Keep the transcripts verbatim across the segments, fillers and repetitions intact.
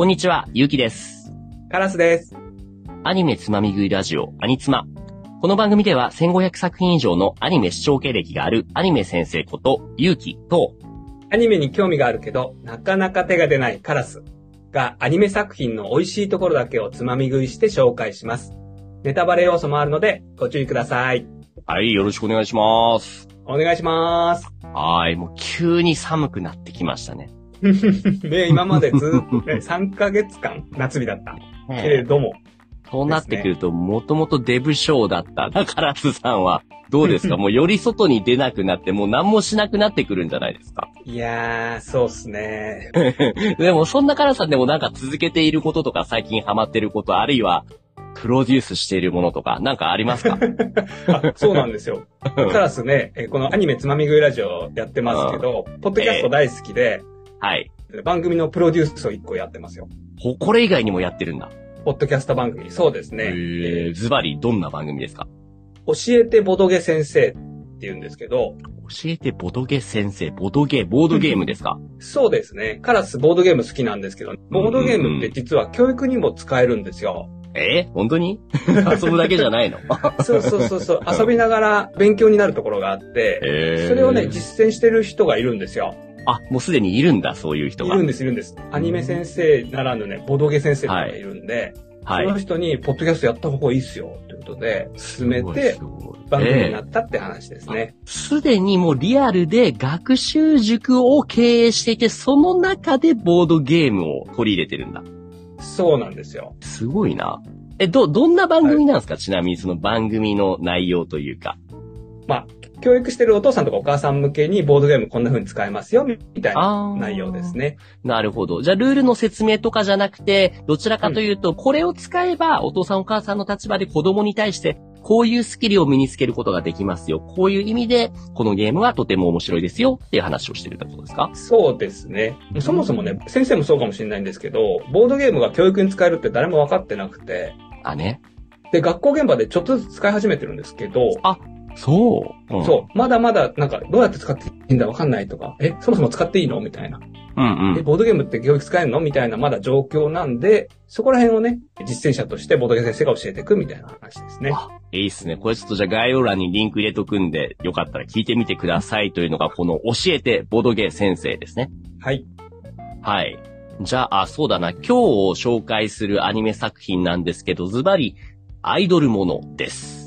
こんにちは、ゆうきです。 カラスです。 アニメつまみ食いラジオ、アニツマ。この番組ではせんごひゃくさく品以上のアニメ視聴経歴があるアニメ先生ことゆうきと、 アニメに興味があるけど、なかなか手が出ないカラスがアニメ作品の美味しいところだけをつまみ食いして紹介します。ネタバレ要素もあるのでご注意ください。 はい、よろしくお願いします。 お願いします。 はい、もう急に寒くなってきましたね。 ね、今までずっと、ね、さんかげつかん夏日だった。けれども。 そうなってくると、もともとデブ症だったカラスさんは、どうですかもうより外に出なくなって、もう何もしなくなってくるんじゃないですか。 いやー、そうっすね。 でもそんなカラスさんでもなんか続けていることとか、最近ハマってること、あるいは、プロデュースしているものとか、なんかありますか？ あ、そうなんですよ。カラスね、このアニメつまみ食いラジオやってますけど、ポッドキャスト大好きで、 はい。 番組のプロデュースをいっこやってますよ。 ほ、これ以外にもやってるんだ。 ポッドキャスト番組。そうですね。 えー、ズバリどんな番組ですか？ 教えてボドゲ先生って言うんですけど。 教えてボドゲ先生、ボドゲ、ボードゲームですか？ そうですね。カラスボードゲーム好きなんですけど、ボードゲームって実は教育にも使えるんですよ。 えー、本当に遊ぶだけじゃないの？ そうそうそうそう。遊びながら勉強になるところがあって、えー、それをね、実践してる人がいるんですよ。 あ、もうすでにいるんだ、そういう人が。 いるんです、いるんです。アニメ先生ならぬね、ボドゲ先生とかがいるんで、はい、その人に、ポッドキャストやった方がいいっすよ、ということで、進めて、番組になったって話ですね。 すで、えー、にもうリアルで学習塾を経営していて、その中でボードゲームを取り入れてるんだ。 そうなんですよ。 すごいな。え、ど、どんな番組なんですか、はい、ちなみにその番組の内容というか。 まあ、教育してるお父さんとかお母さん向けにボードゲームこんな風に使えますよ、みたいな内容ですね。 なるほど。じゃあ、ルールの説明とかじゃなくて、どちらかというと、うん、これを使えば、お父さんお母さんの立場で子供に対して、こういうスキルを身につけることができますよ。こういう意味で、このゲームはとても面白いですよっていう話をしてるってことですか？ そうですね。そもそもね、先生もそうかもしれないんですけど、ボードゲームが教育に使えるって誰も分かってなくて。 あ、ね。 で、学校現場でちょっとずつ使い始めてるんですけど。 あ、そう、 うん、そう。まだまだ、なんか、どうやって使っていいんだわかんないとか、え、そもそも使っていいのみたいな。 うんうん。 え、ボードゲームって教育使えるのみたいな、まだ状況なんで、そこら辺をね、実践者としてボードゲーム先生が教えていくみたいな話ですね。 あ、いいっすね。これちょっとじゃあ概要欄にリンク入れとくんで、よかったら聞いてみてくださいというのが、この教えてボードゲーム先生ですね。 はい。 はい。じゃあ、あ、そうだな。今日紹介するアニメ作品なんですけど、ズバリ、アイドルものです。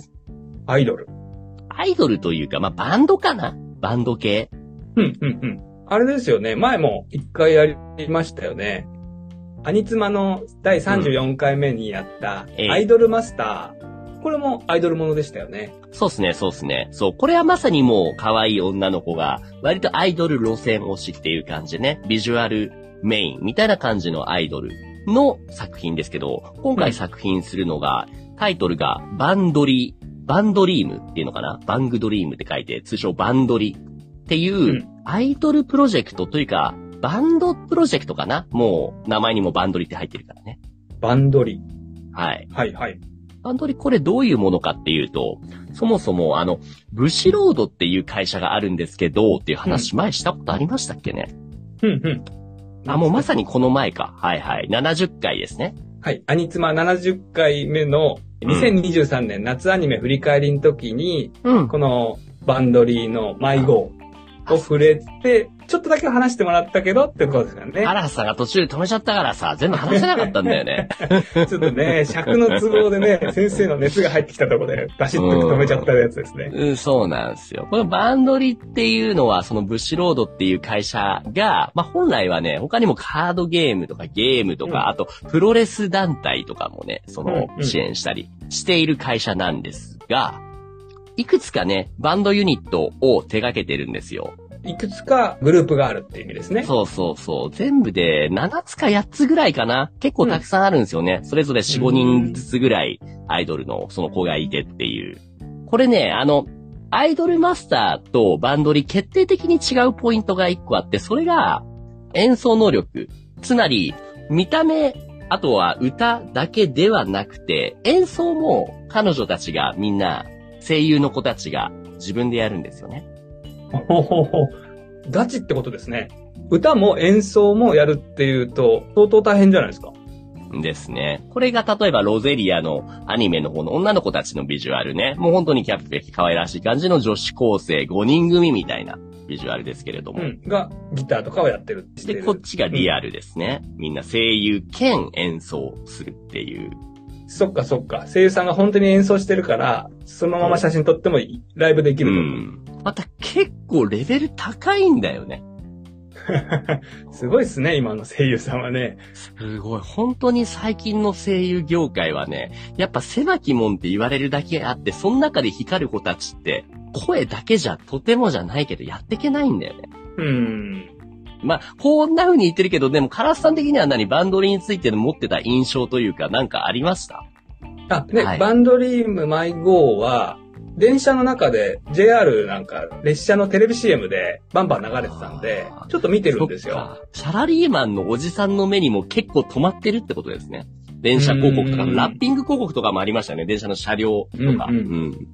アイドル。 アイドルというか、まあ、バンドかな？バンド系。 うん、うん、うん。あれですよね。前も一回やりましたよね。アニツマのだいさんじゅうよんかいめにやった、アイドルマスター。うん、これもアイドルものでしたよね。 そうっすね、そうっすね。そう、これはまさにもう可愛い女の子が、割とアイドル路線推しっていう感じでね、ビジュアルメインみたいな感じのアイドルの作品ですけど、今回作品するのが、うん、タイトルがバンドリー。バンドリームっていうのかな？バングドリームって書いて、通称バンドリっていう、アイドルプロジェクトというか、バンドプロジェクトかな？もう、名前にもバンドリって入ってるからね。 バンドリ。 はい。 はいはい。 バンドリこれどういうものかっていうと、そもそもあの、ブシロードっていう会社があるんですけど、っていう話前したことありましたっけね？ うんうん。 あ、もうまさにこの前か。はいはい。ななじゅっかいですね。 はい。アニツマななじゅっかいめのにせんにじゅうさんねん夏アニメ振り返りの時に、うん、このバンドリーの迷子を触れて、ちょっとだけ話してもらったけどってことですからね。 カラスさんが途中で止めちゃったからさ、全部話せなかったんだよね。 ちょっとね、尺の都合でね、先生の熱が入ってきたところでバシッと止めちゃったやつですね。 うん、うん、そうなんですよ。このバンドリっていうのは、そのブシロードっていう会社が、まあ、本来はね、他にもカードゲームとかゲームとか、うん、あとプロレス団体とかもね、その支援したりしている会社なんですが、いくつかね、バンドユニットを手掛けてるんですよ。 いくつかグループがあるっていう意味ですね。 そうそうそう。全部でななつかやっつぐらいかな。結構たくさんあるんですよね。うん、それぞれよん、ごにんずつぐらいアイドルのその子がいてっていう。これね、あの、アイドルマスターとバンドリ決定的に違うポイントがいっこあって、それが演奏能力。つまり、見た目、あとは歌だけではなくて、演奏も彼女たちがみんな、声優の子たちが自分でやるんですよね。 ほほほ。 ガチってことですね。歌も演奏もやるっていうと、相当大変じゃないですか。 ですね。これが例えばロゼリアのアニメの方の女の子たちのビジュアルね。もう本当にキャピキャピ可愛らしい感じの女子高生ごにん組みたいなビジュアルですけれども。 うん。が、ギターとかをやってる。 で、こっちがリアルですね。うん、みんな声優兼演奏するっていう。 そっかそっか。声優さんが本当に演奏してるから、そのまま写真撮ってもいい。ライブできる。 うん。また結構レベル高いんだよね。 すごいっすね、今の声優さんはね。 すごい。本当に最近の声優業界はね、やっぱ狭き門って言われるだけあって、その中で光る子たちって、声だけじゃとてもじゃないけどやっていけないんだよね。 うん。 まあ、こんな風に言ってるけど、でもカラスさん的には何、バンドリについての持ってた印象というか、なんかありました？ あ、ね、はい、バンドリームマイゴーは、電車の中で ジェイアール なんか列車のテレビ シーエム でバンバン流れてたんで、ちょっと見てるんですよ。 サラリーマンのおじさんの目にも結構止まってるってことですね。電車広告とか、ラッピング広告とかもありましたね。電車の車両とか。うんうんうん、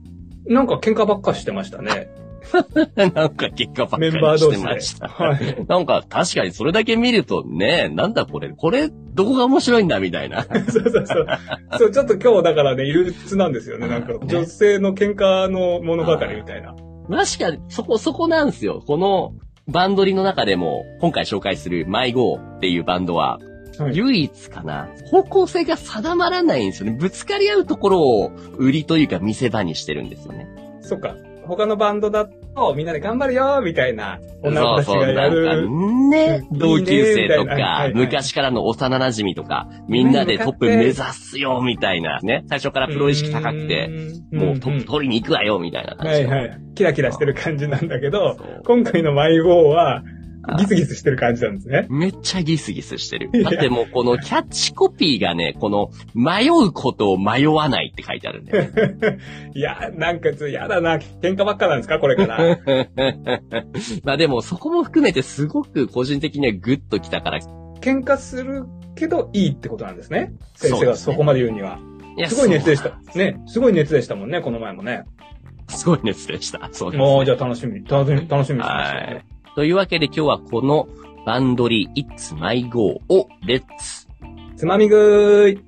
なんか喧嘩ばっかしてましたね。 なんか喧嘩ばっかりしてました。はい、なんか確かにそれだけ見るとね、なんだこれ、これどこが面白いんだみたいな。 そうそうそう。そう、ちょっと今日だからね、憂鬱なんですよね。なんか女性の喧嘩の物語みたいな。 確かに、そこ、そこなんですよ。このバンドリの中でも、今回紹介するマイゴーっていうバンドは、はい、唯一かな、方向性が定まらないんですよね。ぶつかり合うところを売りというか見せ場にしてるんですよね。 そっか。他のバンドだとみんなで頑張るよーみたいな女の子たちがやる。 そうそう、なんかね、同級生とか、はいはい、昔からの幼馴染とか、みんなでトップ目指すよみたいなね。最初からプロ意識高くて、もうトップ取りに行くわよみたいな感じ。 はいはい。キラキラしてる感じなんだけど、今回のマイゴーは、ギスギスしてる感じなんですね。 めっちゃギスギスしてる。だってもうこのキャッチコピーがね、この迷うことを迷わないって書いてあるんだよね。 いや、なんかやだな、喧嘩ばっかなんですかこれから。 まあでもそこも含めてすごく個人的にはグッときたから。 喧嘩するけどいいってことなんですね。先生がそこまで言うには。いや、すごい熱でした。ね、すごい熱でしたもんね、この前もね。 すごい熱でした。そうですね。 もうじゃあ楽しみ、楽しみ、楽しみにしましたね。 というわけで今日はこのバンドリー It's My Go をレッツつまみぐーい。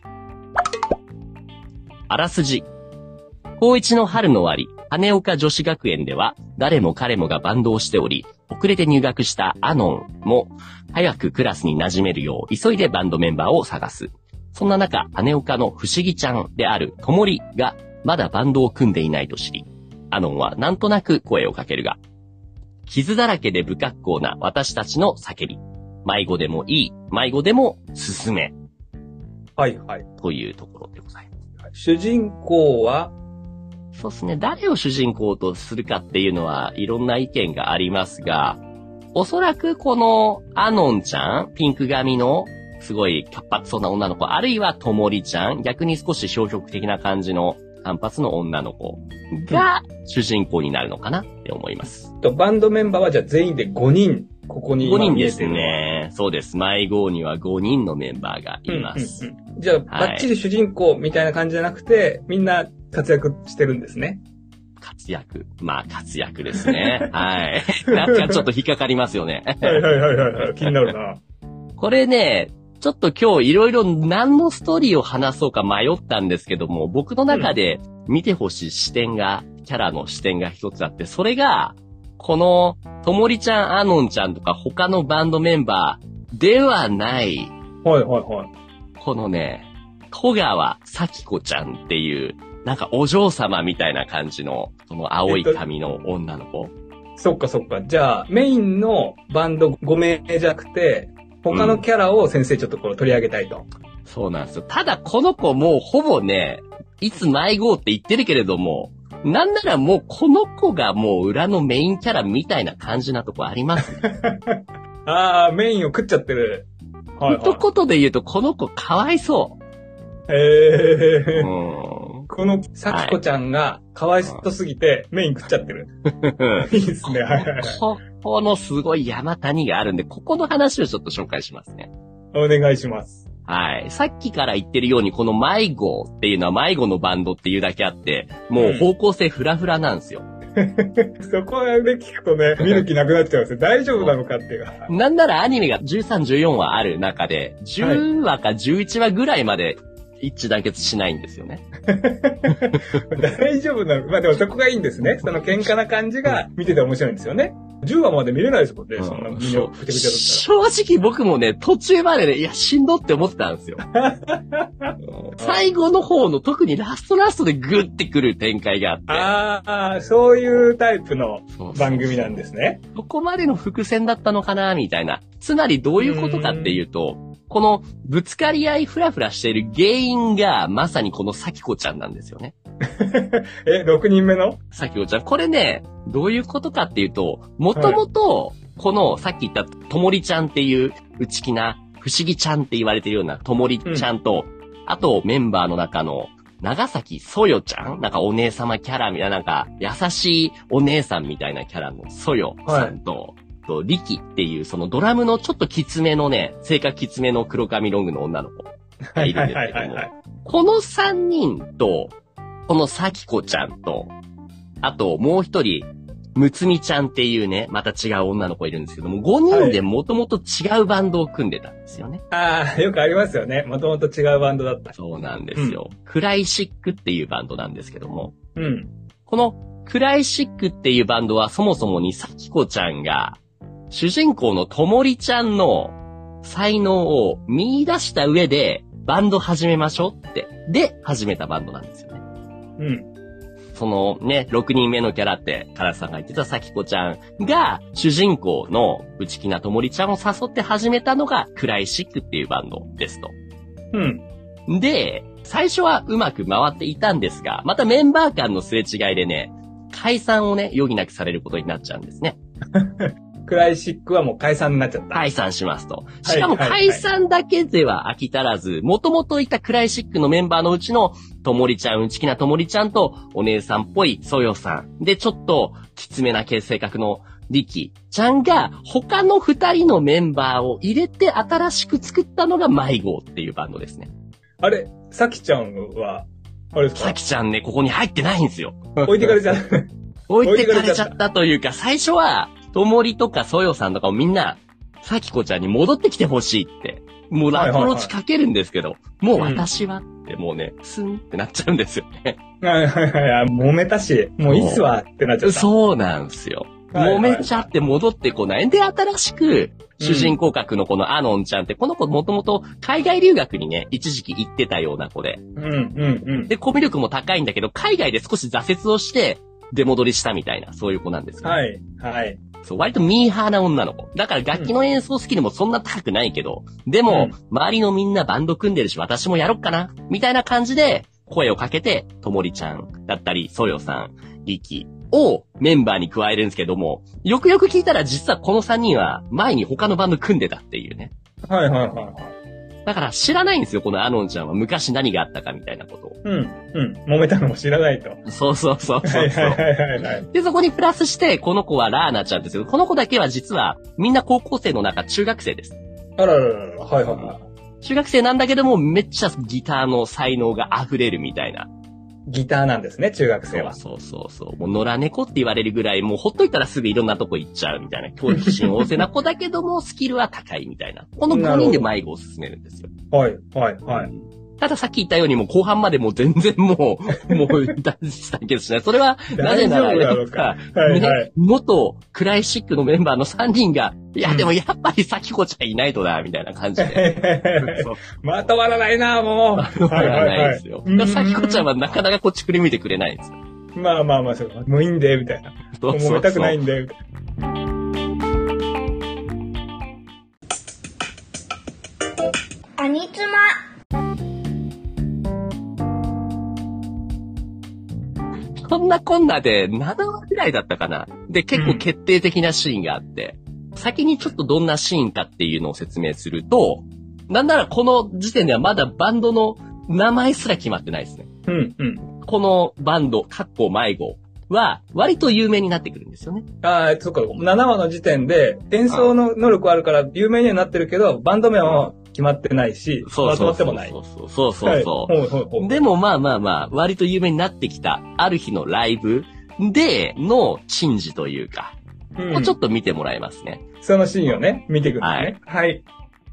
あらすじ。高一の春の終わり、羽岡女子学園では誰も彼もがバンドをしており、遅れて入学したアノンも早くクラスに馴染めるよう急いでバンドメンバーを探す。そんな中、羽岡の不思議ちゃんであるともりがまだバンドを組んでいないと知り、アノンはなんとなく声をかけるが、傷だらけで不格好な私たちの叫び。迷子でもいい、迷子でも進め。 はいはい。 というところでございます。主人公はそうですね。誰を主人公とするかっていうのはいろんな意見がありますが、おそらくこのアノンちゃん、ピンク髪のすごい活発そうな女の子、あるいはともりちゃん、逆に少し消極的な感じの単発の女の子が主人公になるのかなって思います。 とバンドメンバーはじゃあ全員でごにん、ここにごにんですね。そうです。マイゴーにはごにんのメンバーがいます。 うんうんうん、じゃあ、はい、バッチリ主人公みたいな感じじゃなくて、みんな活躍してるんですね。 活躍。まあ活躍ですね。はい。なんかちょっと引っかかりますよね。 はいはいはいはい。気になるな。 これね、ちょっと今日いろいろ何のストーリーを話そうか迷ったんですけども、僕の中で見てほしい視点が、キャラの視点が一つあって、それが、この、ともりちゃん、アノンちゃんとか他のバンドメンバーではない。 はいはいはい。 このね、戸川咲子ちゃんっていう、なんかお嬢様みたいな感じの、その青い髪の女の子。 えっと、そっかそっか。じゃあ、メインのバンドごめいじゃなくて、他のキャラを先生ちょっとこう取り上げたいと、うん。 そうなんですよ。ただこの子もうほぼね、いつ迷子って言ってるけれども、なんならもうこの子がもう裏のメインキャラみたいな感じなとこあります、ね。 ああ、メインを食っちゃってる。 はいはい、一言で言うとこの子かわいそう。 へえー。うん、この咲子ちゃんがかわいそうすぎてメイン食っちゃってる。いいですね。はいはいはい。 ここのすごい山谷があるんで、ここの話をちょっと紹介しますね。 お願いします。 はい。さっきから言ってるように、この迷子っていうのは迷子のバンドっていうだけあって、もう方向性フラフラなんですよ。 そこで聞くとね、見る気なくなっちゃうんですよ。大丈夫なのかっていう。 なんならアニメがじゅうさん、じゅうよんわある中で、じゅうわかじゅういちわぐらいまで一致団結しないんですよね。 大丈夫なの。まあでもそこがいいんですね。その喧嘩な感じが見てて面白いんですよね。じゅうわまで見れないですもんね、うん、そんな見よ、ぐちゃぐちゃだったら。正直僕もね、途中までね、いや、しんどって思ってたんですよ。最後の方の特にラストラストでグッてくる展開があって。 ああ、そういうタイプの番組なんですね。 そこまでの伏線だったのかな、みたいな。つまりどういうことかっていうと、このぶつかり合いフラフラしている原因がまさにこの咲子ちゃんなんですよね。 え、ろくにんめの咲子ちゃん。これね、どういうことかっていうと、もともと、このさっき言ったともりちゃんっていう内気な不思議ちゃんって言われてるようなともりちゃんと、うん、あとメンバーの中の長崎そよちゃんなんかお姉様キャラみたいな、なんか優しいお姉さんみたいなキャラのそよさんと、はいと、リキっていうそのドラムのちょっときつめのね、性格きつめの黒髪ロングの女の子がいるんですけども、このさんにんと、このさきこちゃんと、あともう一人、むつみちゃんっていうね、また違う女の子いるんですけども、ごにんでもともと違うバンドを組んでたんですよね。 はい、ああ、よくありますよね。もともと違うバンドだった。 そうなんですよ、うん。クライシックっていうバンドなんですけども、 うん、 このクライシックっていうバンドはそもそもにさきこちゃんが、主人公のともりちゃんの才能を見出した上でバンド始めましょうって。で、始めたバンドなんですよね。 うん。 そのね、ろくにんめのキャラって、カラスさんが言ってたさきこちゃんが主人公の内気なともりちゃんを誘って始めたのがクライシックっていうバンドですと。 うん。 で、最初はうまく回っていたんですが、またメンバー間のすれ違いでね、解散をね、余儀なくされることになっちゃうんですね。 クライシックはもう解散になっちゃった。 解散しますと。しかも解散だけでは飽き足らず、もともといたクライシックのメンバーのうちのともりちゃん、内気なともりちゃんとお姉さんっぽいそよさん。で、ちょっときつめな性格のリキちゃんが他の二人のメンバーを入れて新しく作ったのが迷子っていうバンドですね。 あれ、さきちゃんは、あれですか？ さきちゃんね、ここに入ってないんですよ。 置いてかれちゃった。 置いてかれちゃったというか、最初は、ともりとかそよさんとかもみんな、さきこちゃんに戻ってきてほしいって、もうアプローチかけるんですけど、はいはいはい、もう私はってもうね、スンってなっちゃうんですよね。 はいはいはい、揉めたし、もういいっすわってなっちゃった。 そうなんですよ。揉めちゃって戻ってこない。で、新しく、主人公格のこのアノンちゃんって、この子もともと海外留学にね、一時期行ってたような子で。 うんうんうん。 で、コミュ力も高いんだけど、海外で少し挫折をして、出戻りしたみたいな、そういう子なんですよ、ね。 はい、はい。 そう、割とミーハーな女の子。だから楽器の演奏スキルもそんな高くないけど、うん、でも、周りのみんなバンド組んでるし、私もやろっかなみたいな感じで、声をかけて、ともりちゃんだったり、そよさん、リキをメンバーに加えるんですけども、よくよく聞いたら実はこのさんにんは前に他のバンド組んでたっていうね。 はいはいはいはい。 だから知らないんですよ、このアノンちゃんは昔何があったかみたいなことを。 うん、うん。揉めたのも知らないと。 そうそうそうそう。はいはいはいはい。 で、そこにプラスして、この子はラーナちゃんですけど、この子だけは実はみんな高校生の中中学生です。 あらららら、はいはいはい。 中学生なんだけども、めっちゃギターの才能が溢れるみたいな。 ギターなんですね、中学生は。 そうそうそうそう。もう野良猫って言われるぐらい、もうほっといたらすぐいろんなとこ行っちゃうみたいな。興味心旺盛な子だけども、スキルは高いみたいな。このごにんで迷子を進めるんですよ。 はい、はい、はい。 たださっき言ったようにもう後半までもう全然もう、もう脱出しない。それは、なぜならあれとか、 はいはい、 ね、元クライシックのメンバーのさんにんが、いやでもやっぱりさきこちゃんいないとだ、みたいな感じで。 まとまらないな、もう。まとまらないですよ。さきこちゃんはなかなかこっちくり見てくれないんですよ。 まあまあまあ、そう。もういいんで、みたいな。そうそうそう。揉めたくないんで、みたいな。 アニツマ。 そんなこんなでななわぐらいだったかな。で、結構決定的なシーンがあって、うん、先にちょっとどんなシーンかっていうのを説明すると、なんならこの時点ではまだバンドの名前すら決まってないですね。 うんうん。 このバンド、かっこ迷子は割と有名になってくるんですよね。 ああ、そっか。ななわの時点で演奏の能力はあるから有名にはなってるけど、バンド名は決まってないし、 そうそうそうそう。 まとまってもない。 そうそうそうそう。はい、でもまあまあまあ、割と有名になってきた、ある日のライブで、の珍事というか、 うん、 をちょっと見てもらいますね。 そのシーンをね、見ていくんですね。はい。はい。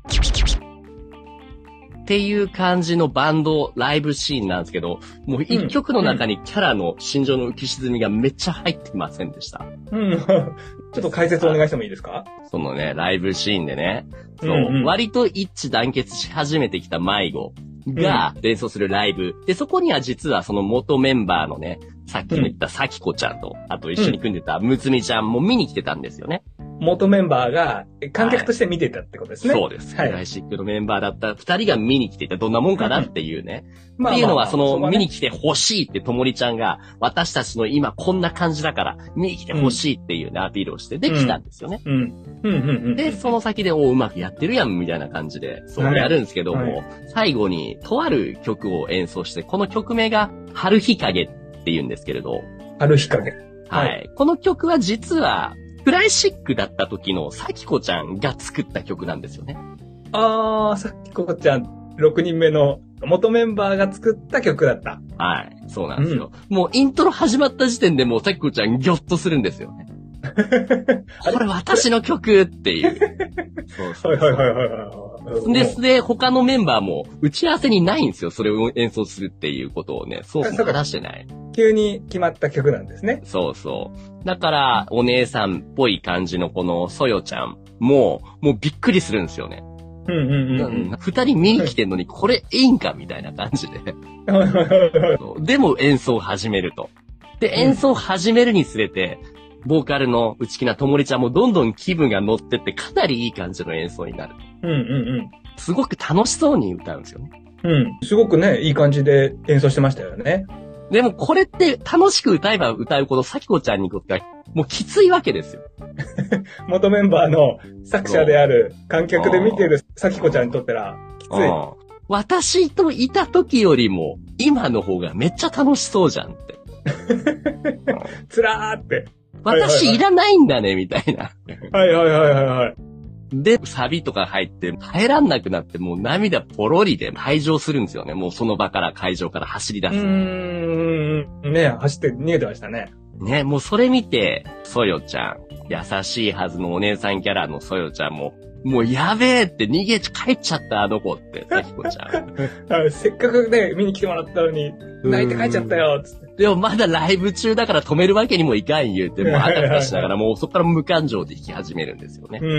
っていう感じのバンド、ライブシーンなんですけど、もう一曲の中にキャラの心情の浮き沈みがめっちゃ入ってませんでした。 うん。ちょっと解説お願いしてもいいですか？ そのね、ライブシーンでね、そう、うんうん、割と一致団結し始めてきた迷子が連想するライブ。うん、で、そこには実はその元メンバーのね、さっきも言ったさきこちゃんと、あと一緒に組んでたむつみちゃんも見に来てたんですよね。 元メンバーが観客として見てたってことですね。 はい、そうです。クライシックのメンバーだった二人が見に来ていたどんなもんかなっていうね。まあ、っていうのはその、見に来て欲しいってともりちゃんが私たちの今こんな感じだから見に来て欲しいっていうね、アピールをしてできたんですよね。うん。うん。うん。で、その先でおうまくやってるやんみたいな感じでそうやるんですけども、はいはい、最後にとある曲を演奏して、この曲名が春日陰って言うんですけれど。 春日陰。 はい。はい、この曲は実はクライシックだった時のさきこちゃんが作った曲なんですよね。 あー、さきこちゃん、ろくにんめの元メンバーが作った曲だった。 はい、そうなんですよ。うん、もうイントロ始まった時点でもうさきこちゃんギョッとするんですよね。これ私の曲っていう。そうそうそう。はいはいはいはい。で、で、他のメンバーも打ち合わせにないんですよ。それを演奏するっていうことをね、そうそう話してない。 急に決まった曲なんですね。 そうそう。だから、お姉さんっぽい感じのこのそよちゃんも、もうびっくりするんですよね。 うんうんうん、うん。 二人見に来てんのに、これいいんかみたいな感じで。でも演奏を始めると。で、演奏を始めるにつれて、ボーカルの内気なともりちゃんもどんどん気分が乗ってってかなりいい感じの演奏になる。 うんうんうん。 すごく楽しそうに歌うんですよね。 うん。すごくね、いい感じで演奏してましたよね。 でもこれって楽しく歌えば歌うほどさきこちゃんにとってはもうきついわけですよ。 元メンバーの作者である観客で見てるさきこちゃんにとってはきつい。 私といた時よりも今の方がめっちゃ楽しそうじゃんって。 つらーって。 私いらないんだねみたいな。 はいはいはいはいはい。 で、サビとか入って耐えらんなくなってもう涙ポロリで退場するんですよね。もうその場から会場から走り出す。うーん。ね走って逃げてましたね。 ね、もうそれ見て、そよちゃん、優しいはずのお姉さんキャラのそよちゃんも、もうやべえって逃げ帰っちゃったあの子って、さきこちゃん。 せっかくね、見に来てもらったのに、泣いて帰っちゃったよ、つって。 でもまだライブ中だから止めるわけにもいかん言うて、もうあたふたしながらもうそこから無感情で弾き始めるんですよね。 うん、うん、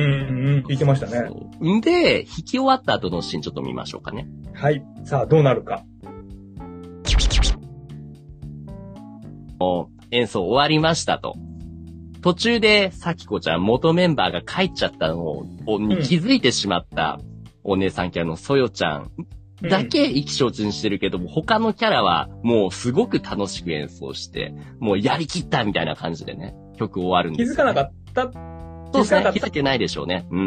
弾いてましたね。 んで、弾き終わった後のシーンちょっと見ましょうかね。 はい。さあ、どうなるか。 演奏終わりましたと。途中で、さきこちゃん元メンバーが帰っちゃったのに気づいてしまったお姉さんキャラのそよちゃんだけ意気消沈してるけども、うん、他のキャラはもうすごく楽しく演奏して、もうやりきったみたいな感じでね、曲終わるんです、ね。 気づかなかったそうですね、気づけないでしょうね。うんうん。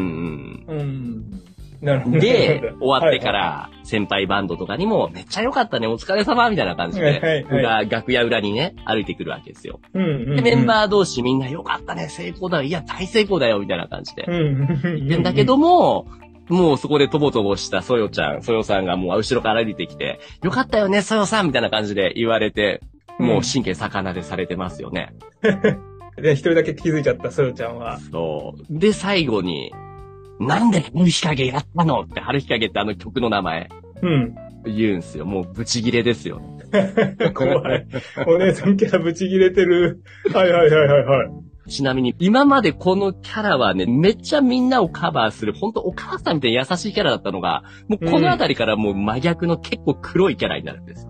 うんなるほど。 で、終わってから、先輩バンドとかにも、めっちゃ良かったね、お疲れ様みたいな感じで、はいはいはい、楽屋裏にね、歩いてくるわけですよ。うんうんうん、でメンバー同士みんな良かったね、成功だよ、いや、大成功だよ、みたいな感じで。言ってんだけども、もうそこでとぼとぼしたそよちゃん、そよさんがもう後ろから歩いてきて、よかったよね、そよさんみたいな感じで言われて、もう神経逆なでされてますよね。 で、一人だけ気づいちゃった、そよちゃんは。 そう。で、最後に、なんで春日陰やったのって、春日陰ってあの曲の名前。うん。言うんすよ。もうブチギレですよ。 怖い。お姉さんキャラブチギレてる。はいはいはいはいはい。 ちなみに、今までこのキャラはね、めっちゃみんなをカバーする、ほんとお母さんみたいな優しいキャラだったのが、もうこのあたりからもう真逆の結構黒いキャラになるんですよ。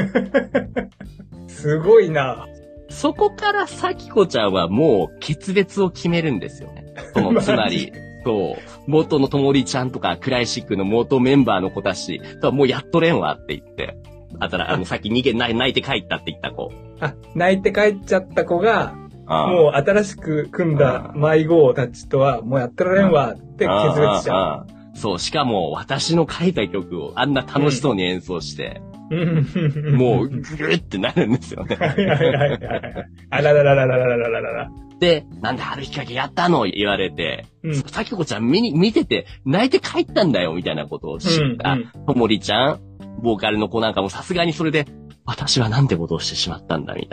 すごいな。 そこからさきこちゃんはもう決別を決めるんですよね。その、つまり、そう、元のともりちゃんとかクライシックの元メンバーの子たちとはもうやっとれんわって言って、あたら、あの、さっき逃げ、泣いて帰ったって言った子。 あ、泣いて帰っちゃった子が、もう新しく組んだ迷子たちとはもうやってられんわって決別しちゃう。 そう、しかも私の書いた曲をあんな楽しそうに演奏して、うん、もうぐるってなるんですよね。はいはいはいはい。 あらららららららららら。 で、なんで春日陰やったの言われて、うん、さきこちゃん見に、見てて泣いて帰ったんだよみたいなことを知ったともりちゃん、ボーカルの子なんかもさすがにそれで、私はなんてことをしてしまったんだみたいな。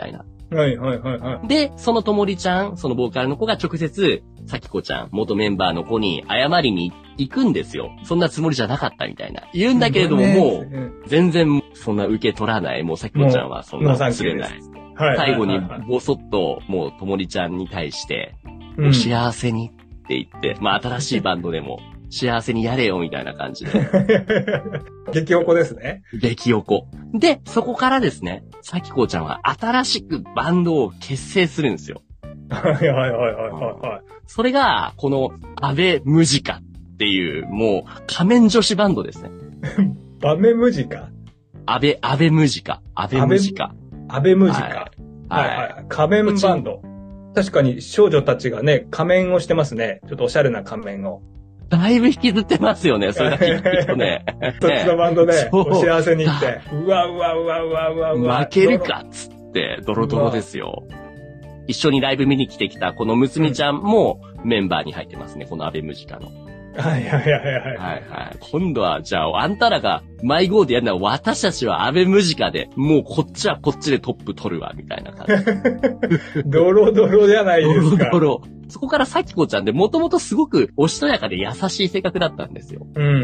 はいはいはいはい。 で、そのともりちゃん、そのボーカルの子が直接、さきこちゃん、元メンバーの子に謝りに行くんですよ。そんなつもりじゃなかったみたいな。言うんだけれども、もう、全然そんな受け取らない。もうさきこちゃんはそんなすれない。はい、最後にぼそっと、もうともりちゃんに対して、うん、お幸せにって言って、まあ新しいバンドでも、幸せにやれよみたいな感じで。 激おこですね。 激おこ。で、そこからですね、さきこちゃんは新しくバンドを結成するんですよ。 はいはいはいはいはい。 それが、この、アベムジカっていう、もう、仮面女子バンドですね。 バメムジカアベ、アベムジカ。アベムジカ。 アベムジカ。はいはいはい。仮面バンド。確かに少女たちがね、仮面をしてますね。ちょっとおしゃれな仮面を。 だいぶ引きずってますよね、それだけ聞くとね。 そっちのバンドで、お幸せに行って。うわうわうわうわうわうわ。 負けるかっつって、ドロドロですよ。一緒にライブ見に来てきたこのむつみちゃんもメンバーに入ってますね、このアベムジカの。 はいはいはいはい。はいはい。今度は、じゃあ、あんたらがマイゴーでやるのは私たちはアベムジカで、もうこっちはこっちでトップ取るわ、みたいな感じ。 ドロドロじゃないですか。 ドロドロ。そこからさきこちゃんで、もともとすごくおしとやかで優しい性格だったんですよ。 うんうん。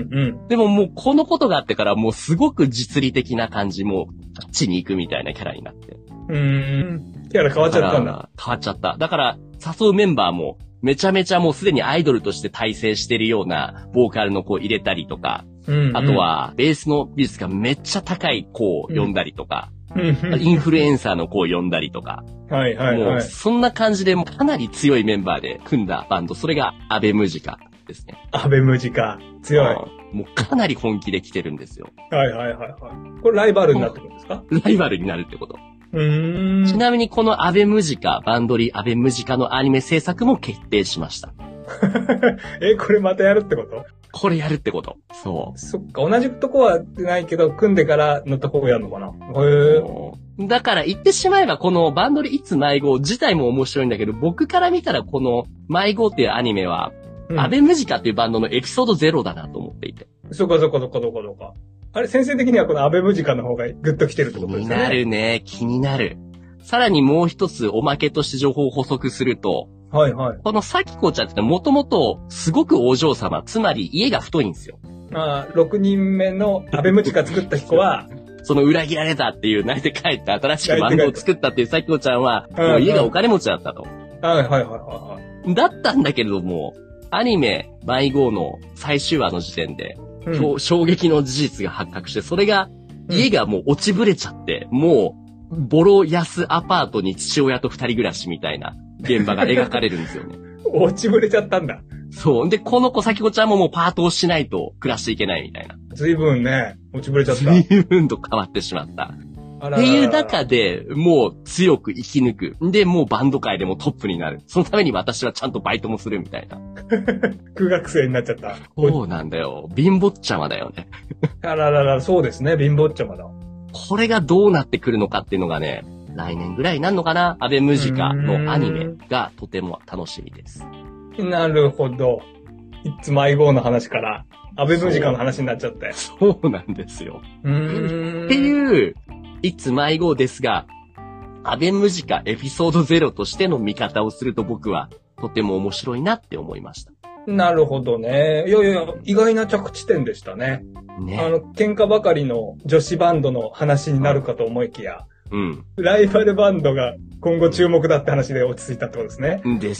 でももうこのことがあってからもうすごく実利的な感じ、もう、タッチに行くみたいなキャラになって。 うーん。キャラ変わっちゃったんだ。 変わっちゃった。だから、誘うメンバーも、めちゃめちゃもうすでにアイドルとして大成してるようなボーカルの子を入れたりとか、うんうん、あとはベースの技術がめっちゃ高い子を呼んだりとか、うん、インフルエンサーの子を呼んだりとか、 はいはいはい、 もうそんな感じでもかなり強いメンバーで組んだバンド、それがアベムジカですね。 アベムジカ。強い。 もうかなり本気で来てるんですよ。 はいはいはいはい。これライバルになってくるんですか？ ライバルになるってこと。 うーんちなみにこのアベムジカ、バンドリーアベムジカのアニメ制作も決定しました。 え、これまたやるってこと？ これやるってこと。そう。 そっか、同じとこはないけど、組んでからのとこをやるのかな？へー。だから言ってしまえばこのバンドリーいつ迷子自体も面白いんだけど、僕から見たらこの迷子っていうアニメは、うん、アベムジカっていうバンドのエピソードゼロだなと思っていて。 そっかそっかそっかそっかそっか。あれ、先生的にはこのアベムジカの方がグッと来てるってことですね。 気になるね。気になる。さらにもう一つおまけとして情報を補足すると、 はいはい。 このさきこちゃんってもともとすごくお嬢様、つまり家が太いんですよ。 まあ、ろくにんめのアベムジカ作った人は、 その裏切られたっていう泣いて帰って新しくバンドを作ったっていうさきこちゃんは、もう家がお金持ちだったと。 はいはいはいはい。 だったんだけれども、アニメ、迷子の最終話の時点で、うん、衝撃の事実が発覚して、それが、家がもう落ちぶれちゃって、うん、もう、ボロ安アパートに父親と二人暮らしみたいな現場が描かれるんですよね。 落ちぶれちゃったんだ。 そう。で、この子、さきこちゃんももうパートをしないと暮らしていけないみたいな。 随分ね、落ちぶれちゃった。 随分と変わってしまった。っていう中で、もう強く生き抜く。で、もうバンド界でもトップになる。そのために私はちゃんとバイトもするみたいな。 空学生になっちゃった。 そうなんだよ。貧乏っちゃまだよね。 あららら、そうですね。貧乏っちゃまだ。 これがどうなってくるのかっていうのがね、来年ぐらいになるのかな。アベムジカのアニメがとても楽しみです。 なるほど。いつ迷子の話から、アベムジカの話になっちゃって。 そうなんですよ。 うーんっていう、いつ迷子ですが、アベムジカエピソードゼロとしての見方をすると僕はとても面白いなって思いました。 なるほどね。いやいや、意外な着地点でしたね。ね。あの、喧嘩ばかりの女子バンドの話になるかと思いきや、 うん。 ライバルバンドが今後注目だって話で落ち着いたってことですね。 です。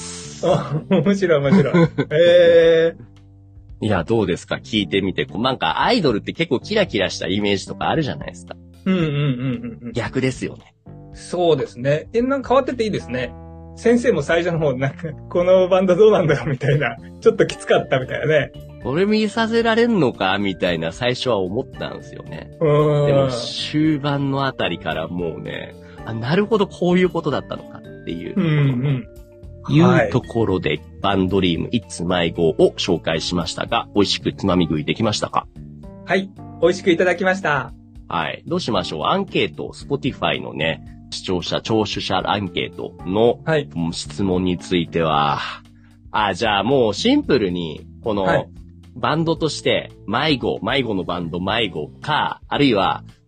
あ、面白い面白い。えー。いや、どうですか聞いてみて。なんかアイドルって結構キラキラしたイメージとかあるじゃないですか。 うんうんうんうん。 逆ですよね。 そうですね。え、なんか変わってていいですね。先生も最初の方、なんか、このバンドどうなんだろうみたいな、ちょっときつかったみたいなね。 これ見させられんのかみたいな最初は思ったんですよね。 うん。 でも終盤のあたりからもうね、あ、なるほどこういうことだったのかっていう。 うんうん。 いうところで、はい、バンドリームいつ迷子を紹介しましたが、美味しくつまみ食いできましたか？ はい。美味しくいただきました。 はい。どうしましょう？アンケート、Spotify のね、視聴者、聴取者アンケートの質問については、はい、あ、じゃあもうシンプルに、この、バンドとして、迷子、迷子のバンド迷子か、あるいは、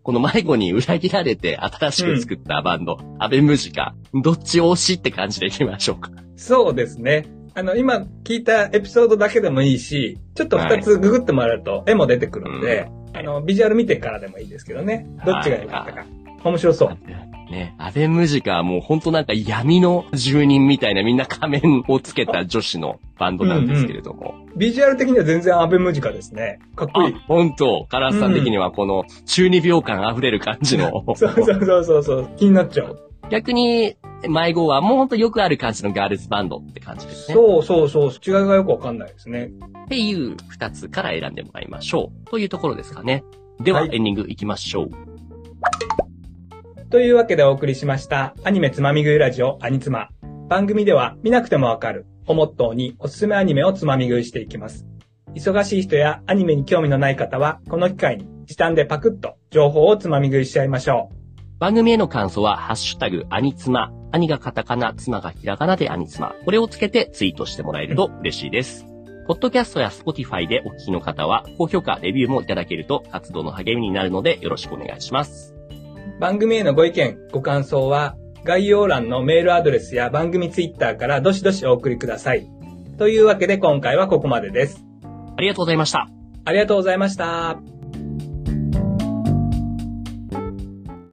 この迷子に裏切られて新しく作ったバンド、うん、アベムジカ、どっち推しって感じでいきましょうか。 そうですね。あの、今聞いたエピソードだけでもいいし、ちょっと二つググってもらうと絵も出てくるんで、はい、あの、ビジュアル見てからでもいいですけどね。どっちが良かったか。はい、面白そう。 ね、アベムジカはもうほんとなんか闇の住人みたいなみんな仮面をつけた女子のバンドなんですけれども。 うんうん、ビジュアル的には全然アベムジカですね。かっこいい。 ほんと、カラスさん的にはこの中二病感溢れる感じの。 そうそうそうそうそう、気になっちゃう。 逆に、迷子はもうほんとよくある感じのガールズバンドって感じですね。 そうそうそう、違いがよくわかんないですね。 っていう二つから選んでもらいましょう。というところですかね。では、はい、エンディングいきましょう。 というわけでお送りしましたアニメつまみ食いラジオアニツマ。番組では見なくてもわかるをモットーにおすすめアニメをつまみ食いしていきます。忙しい人やアニメに興味のない方はこの機会に時短でパクッと情報をつまみ食いしちゃいましょう。 番組への感想はハッシュタグアニツマ、アニがカタカナ、ツマがひらがなでアニツマ。これをつけてツイートしてもらえると嬉しいです。ポッドキャストやスポティファイでお聞きの方は高評価、レビューもいただけると活動の励みになるのでよろしくお願いします。 番組へのご意見、ご感想は概要欄のメールアドレスや番組ツイッターからどしどしお送りください。というわけで今回はここまでです。 ありがとうございました。 ありがとうございました。